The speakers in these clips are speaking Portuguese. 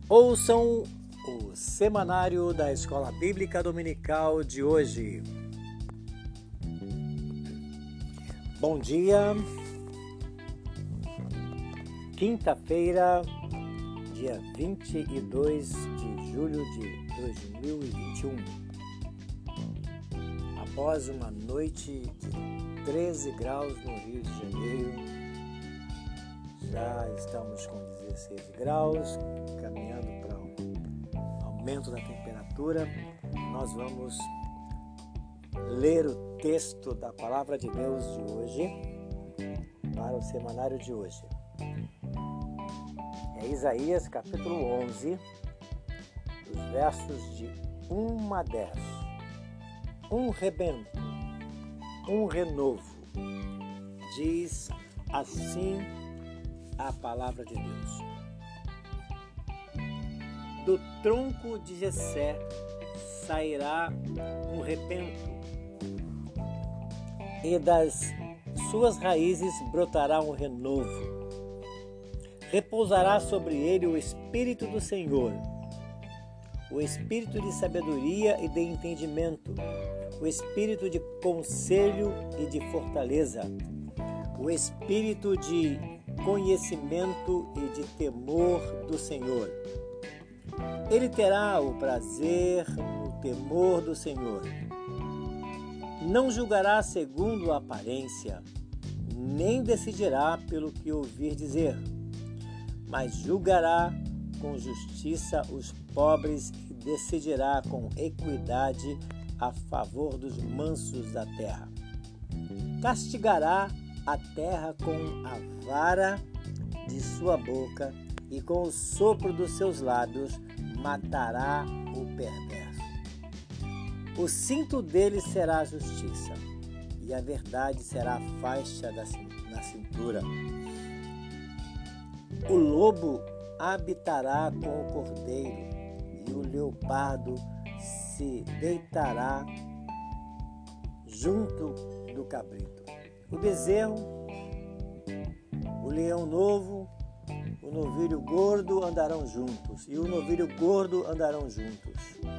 Ouçam o semanário da Escola Bíblica Dominical de hoje. Bom dia, quinta-feira, dia 22 de julho de 2021. Após uma noite de 13 graus no Rio de Janeiro, já estamos com 16 graus, caminhando para um aumento da temperatura. Nós vamos ler o texto da Palavra de Deus de hoje para o semanário de hoje. É Isaías capítulo 11, os versos de 1 a 10. Um rebento, um renovo, diz assim a palavra de Deus. Do tronco de Jessé sairá um rebento, e das suas raízes brotará um renovo. Repousará sobre ele o Espírito do Senhor, o Espírito de sabedoria e de entendimento, o Espírito de conselho e de fortaleza, o Espírito de conhecimento e de temor do Senhor. Ele terá o prazer no temor do Senhor. Não julgará segundo a aparência, nem decidirá pelo que ouvir dizer, mas julgará com justiça os pobres e decidirá com equidade a favor dos mansos da terra. Castigará a terra com a vara de sua boca e com o sopro dos seus lábios matará o perverso. O cinto dele será a justiça, e a verdade será a faixa na cintura. O lobo habitará com o cordeiro, e o leopardo se deitará junto do cabrito. O bezerro, o leão novo, o novilho gordo andarão juntos, e o novilho gordo andarão juntos.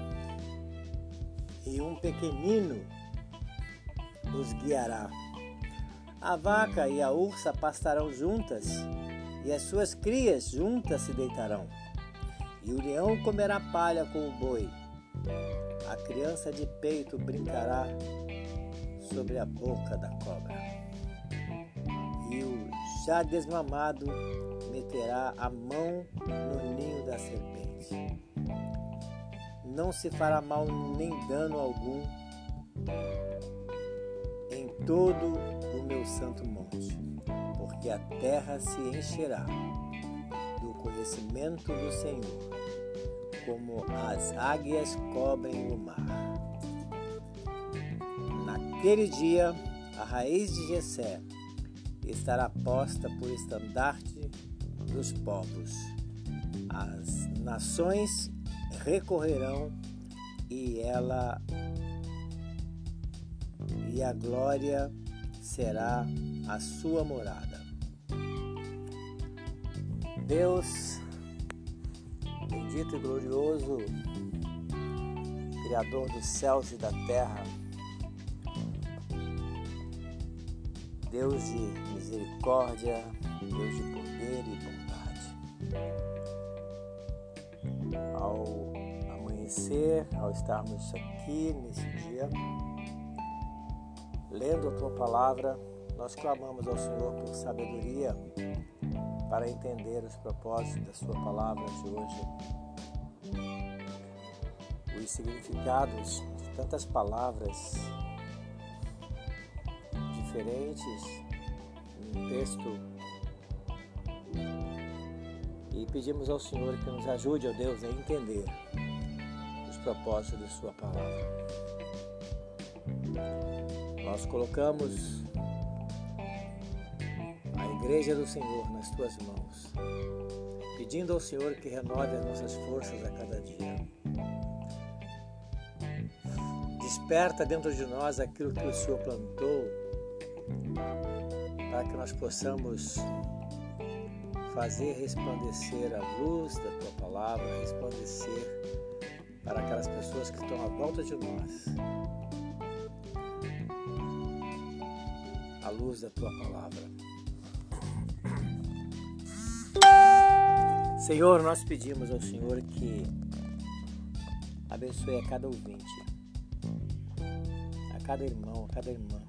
E um pequenino os guiará. A vaca e a ursa pastarão juntas, e as suas crias juntas se deitarão. E o leão comerá palha com o boi. A criança de peito brincará sobre a boca da cobra. E o já desmamado meterá a mão no ninho da serpente. Não se fará mal nem dano algum em todo o meu santo monte, porque a terra se encherá do conhecimento do Senhor, como as águias cobrem o mar. Naquele dia, a raiz de Jessé estará posta por estandarte dos povos. As nações recorrerão e a glória será a sua morada. Deus, bendito e glorioso, Criador dos céus e da terra, Deus de misericórdia, Deus de poder e bondade. Ao amanhecer, ao estarmos aqui nesse dia, lendo a Tua Palavra, nós clamamos ao Senhor por sabedoria para entender os propósitos da Sua Palavra de hoje, os significados de tantas palavras diferentes no texto, e pedimos ao Senhor que nos ajude, ó Deus, a entender os propósitos de Sua Palavra. Nós colocamos a Igreja do Senhor nas Tuas mãos, pedindo ao Senhor que renove as nossas forças a cada dia. Desperta dentro de nós aquilo que o Senhor plantou, para que nós possamos fazer resplandecer a luz da tua palavra, resplandecer para aquelas pessoas que estão à volta de nós, a luz da tua palavra. Senhor, nós pedimos ao Senhor que abençoe a cada ouvinte, a cada irmão, a cada irmã,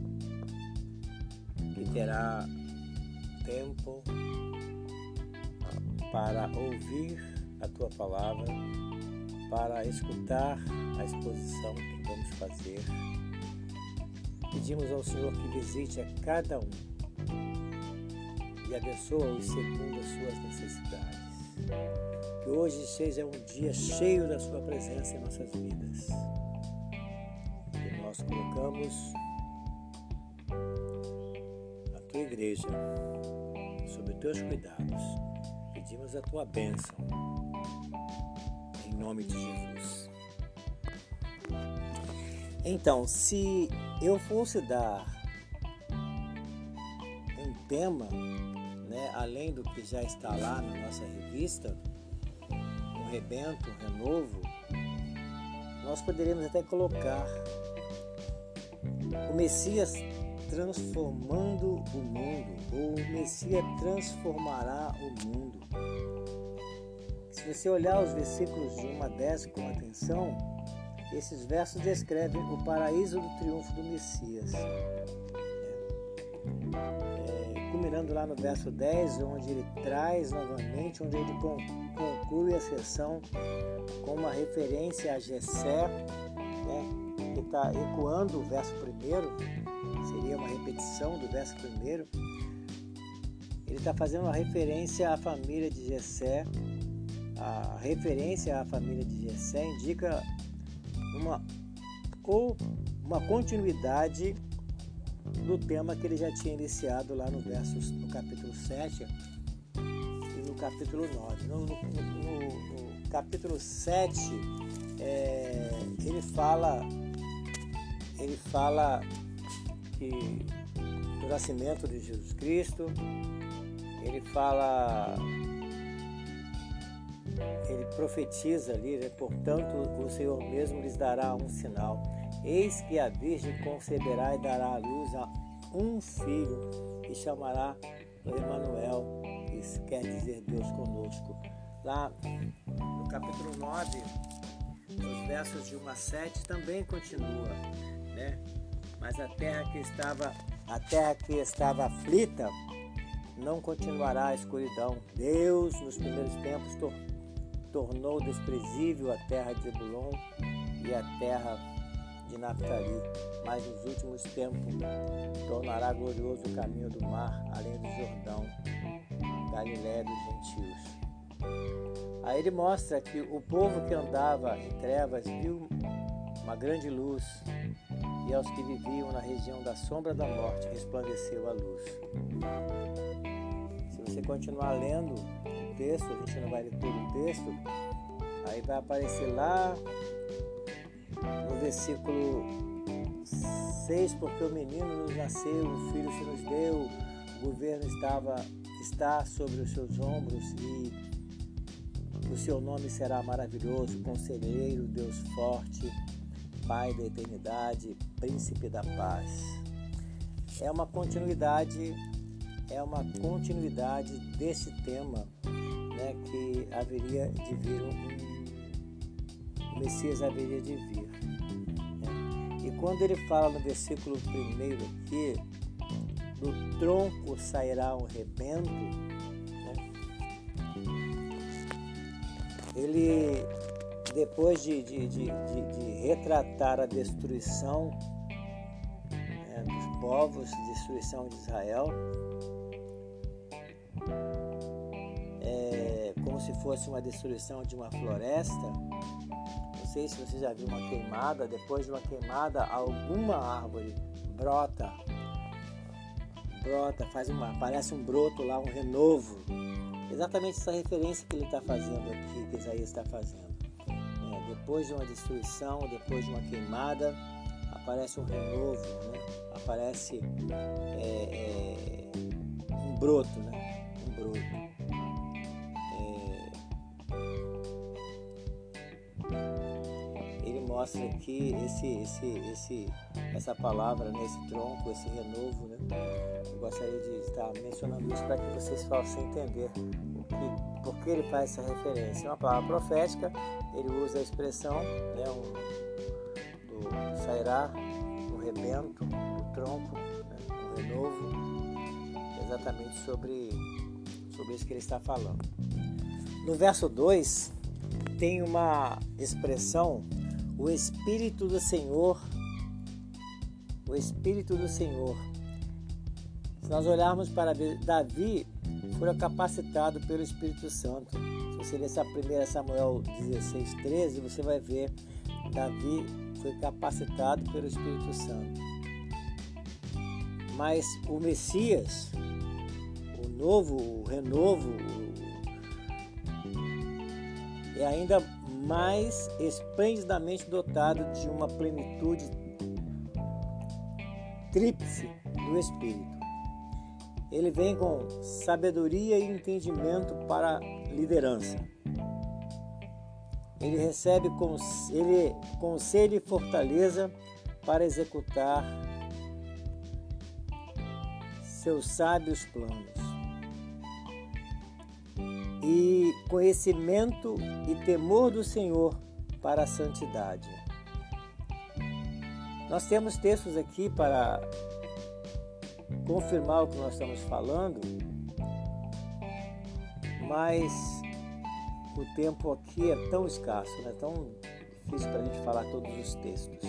que terá tempo para ouvir a tua palavra, para escutar a exposição que vamos fazer. Pedimos ao Senhor que visite a cada um e abençoe-os segundo as suas necessidades. Que hoje seja um dia cheio da sua presença em nossas vidas. Que nós colocamos a tua igreja sob os teus cuidados. Pedimos a tua bênção. Em nome de Jesus. Então, se eu fosse dar um tema, além do que já está lá na nossa revista, um rebento, um renovo, nós poderíamos até colocar o Messias transformando o mundo, ou o Messias transformará o mundo. Se você olhar os versículos de 1 a 10 com atenção, esses versos descrevem o paraíso do triunfo do Messias. Culminando lá no verso 10, onde ele traz novamente, onde ele conclui a sessão com uma referência a Jessé, que está ecoando o verso 1, seria uma repetição do verso 1. Ele está fazendo uma referência à família de Jessé. A referência à família de Jessé indica uma continuidade do tema que ele já tinha iniciado lá no capítulo 7 e no capítulo 9. No capítulo 7, ele fala que do nascimento de Jesus Cristo, ele profetiza ali, portanto o Senhor mesmo lhes dará um sinal. Eis que a Virgem conceberá e dará à luz a um filho e chamará Emanuel, que quer dizer Deus conosco. Lá no capítulo 9, os versos de 1 a 7 também continua, Mas a terra que estava aflita não continuará a escuridão. Deus, nos primeiros tempos, tornou desprezível a terra de Zebulon e a terra de Naphtali, mas nos últimos tempos tornará glorioso o caminho do mar, além do Jordão, Galiléia dos gentios. Aí ele mostra que o povo que andava em trevas viu uma grande luz, e aos que viviam na região da sombra da morte resplandeceu a luz. Se você continuar lendo o texto, a gente não vai ler todo o texto, aí vai aparecer lá no versículo 6, porque o menino nos nasceu, o filho se nos deu, o governo está sobre os seus ombros e o seu nome será maravilhoso, conselheiro, Deus forte, Pai da eternidade, príncipe da paz. É uma continuidade desse tema, que haveria de vir o Messias haveria de vir. E quando ele fala no versículo 1 aqui, do tronco sairá um rebento, ele, depois de retratar a destruição dos povos, destruição de Israel, como se fosse uma destruição de uma floresta. Não sei se você já viu uma queimada. Depois de uma queimada, alguma árvore brota, parece um broto lá, um renovo. Exatamente essa referência que ele está fazendo aqui, que Isaías está fazendo. Depois de uma destruição, depois de uma queimada, aparece um renovo, aparece um broto, um broto. mostra aqui essa palavra, né, esse tronco, esse renovo, né? Eu gostaria de estar mencionando isso para que vocês possam entender por que ele faz essa referência. É uma palavra profética, ele usa a expressão, né, sairá um rebento do tronco, né, um renovo, exatamente sobre isso que ele está falando. No verso 2, tem uma expressão, o Espírito do Senhor. O Espírito do Senhor. Se nós olharmos para Davi, foi capacitado pelo Espírito Santo. Se você ler essa 1 Samuel 16:13, você vai ver Davi foi capacitado pelo Espírito Santo. Mas o Messias, o renovo, é ainda mais esplendidamente dotado de uma plenitude tríplice do Espírito. Ele vem com sabedoria e entendimento para a liderança. Ele recebe conselho e fortaleza para executar seus sábios planos. E conhecimento e temor do Senhor para a santidade. Nós temos textos aqui para confirmar o que nós estamos falando, mas o tempo aqui é tão escasso, é tão difícil para a gente falar todos os textos.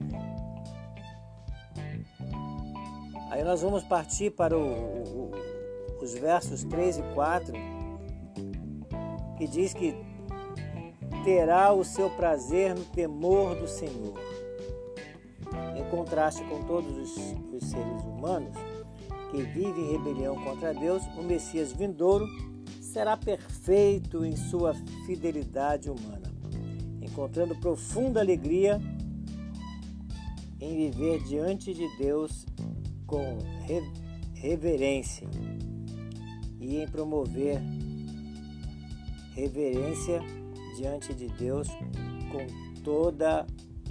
Aí nós vamos partir para os versos 3 e 4, que diz que terá o seu prazer no temor do Senhor. Em contraste com todos os seres humanos que vivem em rebelião contra Deus, o Messias vindouro será perfeito em sua fidelidade humana, encontrando profunda alegria em viver diante de Deus com reverência e em promover reverência diante de Deus com toda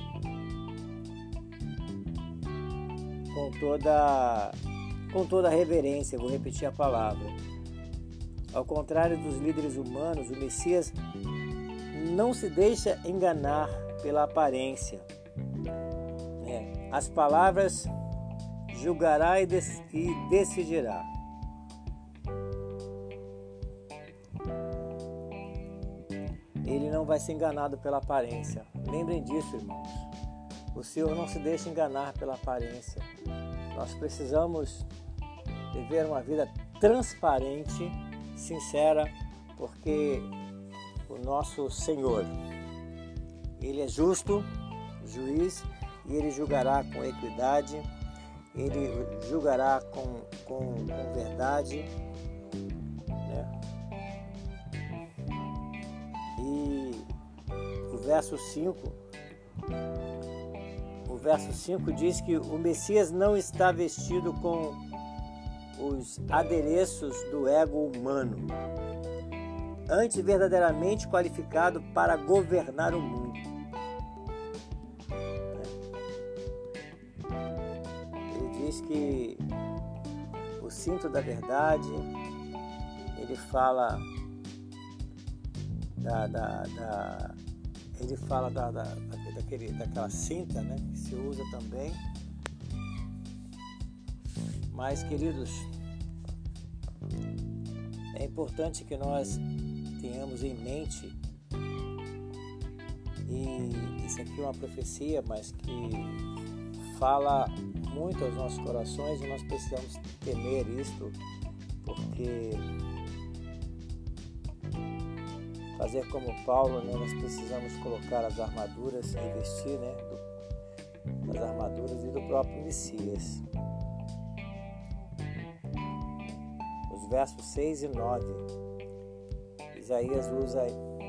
reverência. Vou repetir a palavra. Ao contrário dos líderes humanos, o Messias não se deixa enganar pela aparência. As palavras julgará e decidirá. Ele não vai ser enganado pela aparência. Lembrem disso, irmãos. O Senhor não se deixa enganar pela aparência. Nós precisamos viver uma vida transparente, sincera, porque o nosso Senhor, Ele é justo, juiz, e Ele julgará com equidade, Ele julgará com verdade, né? E o verso 5 diz que o Messias não está vestido com os adereços do ego humano, antes verdadeiramente qualificado para governar o mundo. Ele diz que o cinto da verdade, ele fala daquela cinta, né, que se usa também. Mas, queridos, é importante que nós tenhamos em mente, e isso aqui é uma profecia, mas que fala muito aos nossos corações, e nós precisamos temer isto, porque fazer como Paulo, né, nós precisamos colocar as armaduras, revestir, né, das armaduras e do próprio Messias. Os versos 6 e 9, Isaías usa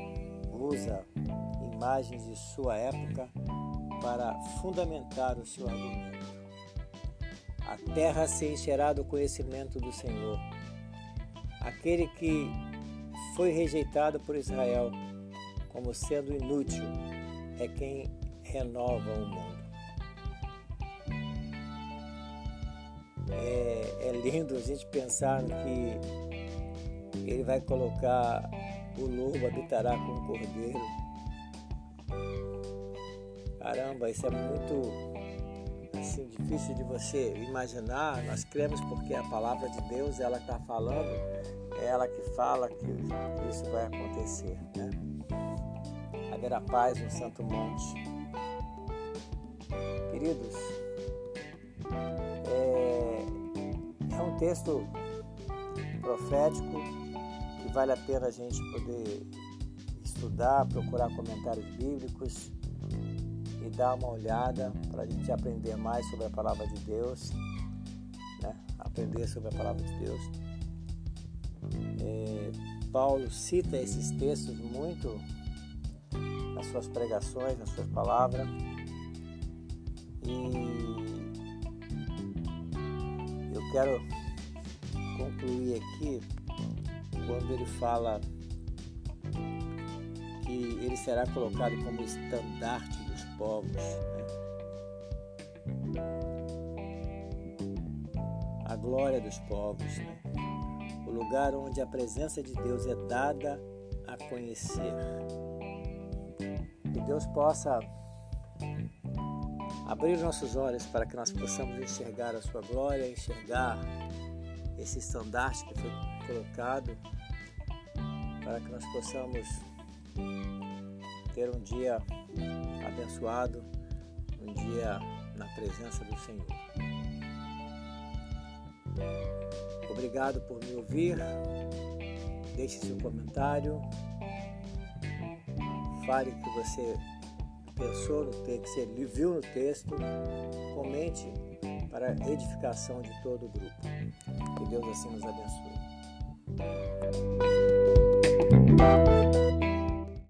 imagens de sua época para fundamentar o seu argumento. A terra se encherá do conhecimento do Senhor. Aquele que foi rejeitado por Israel como sendo inútil é quem renovam o mundo. É lindo a gente pensar que Ele vai colocar o lobo habitará com o cordeiro. Caramba, isso é muito assim, difícil de você imaginar. Nós cremos porque a palavra de Deus, ela está falando, é ela que fala que isso vai acontecer, né? Haverá paz no Santo Monte. Queridos, é um texto profético que vale a pena a gente poder estudar, procurar comentários bíblicos e dar uma olhada para a gente aprender mais sobre a palavra de Deus, né? Aprender sobre a palavra de Deus. Paulo cita esses textos muito nas suas pregações, nas suas palavras, e eu quero concluir aqui quando ele fala que ele será colocado como estandarte dos povos, né? A glória dos povos, né? O lugar onde a presença de Deus é dada a conhecer. Que Deus possa abrir nossos olhos para que nós possamos enxergar a sua glória, enxergar esse estandarte que foi colocado, para que nós possamos ter um dia abençoado, um dia na presença do Senhor. Obrigado por me ouvir. Deixe seu comentário. Fale o que você pensou no texto, que você viu no texto. Comente para a edificação de todo o grupo. Que Deus assim nos abençoe.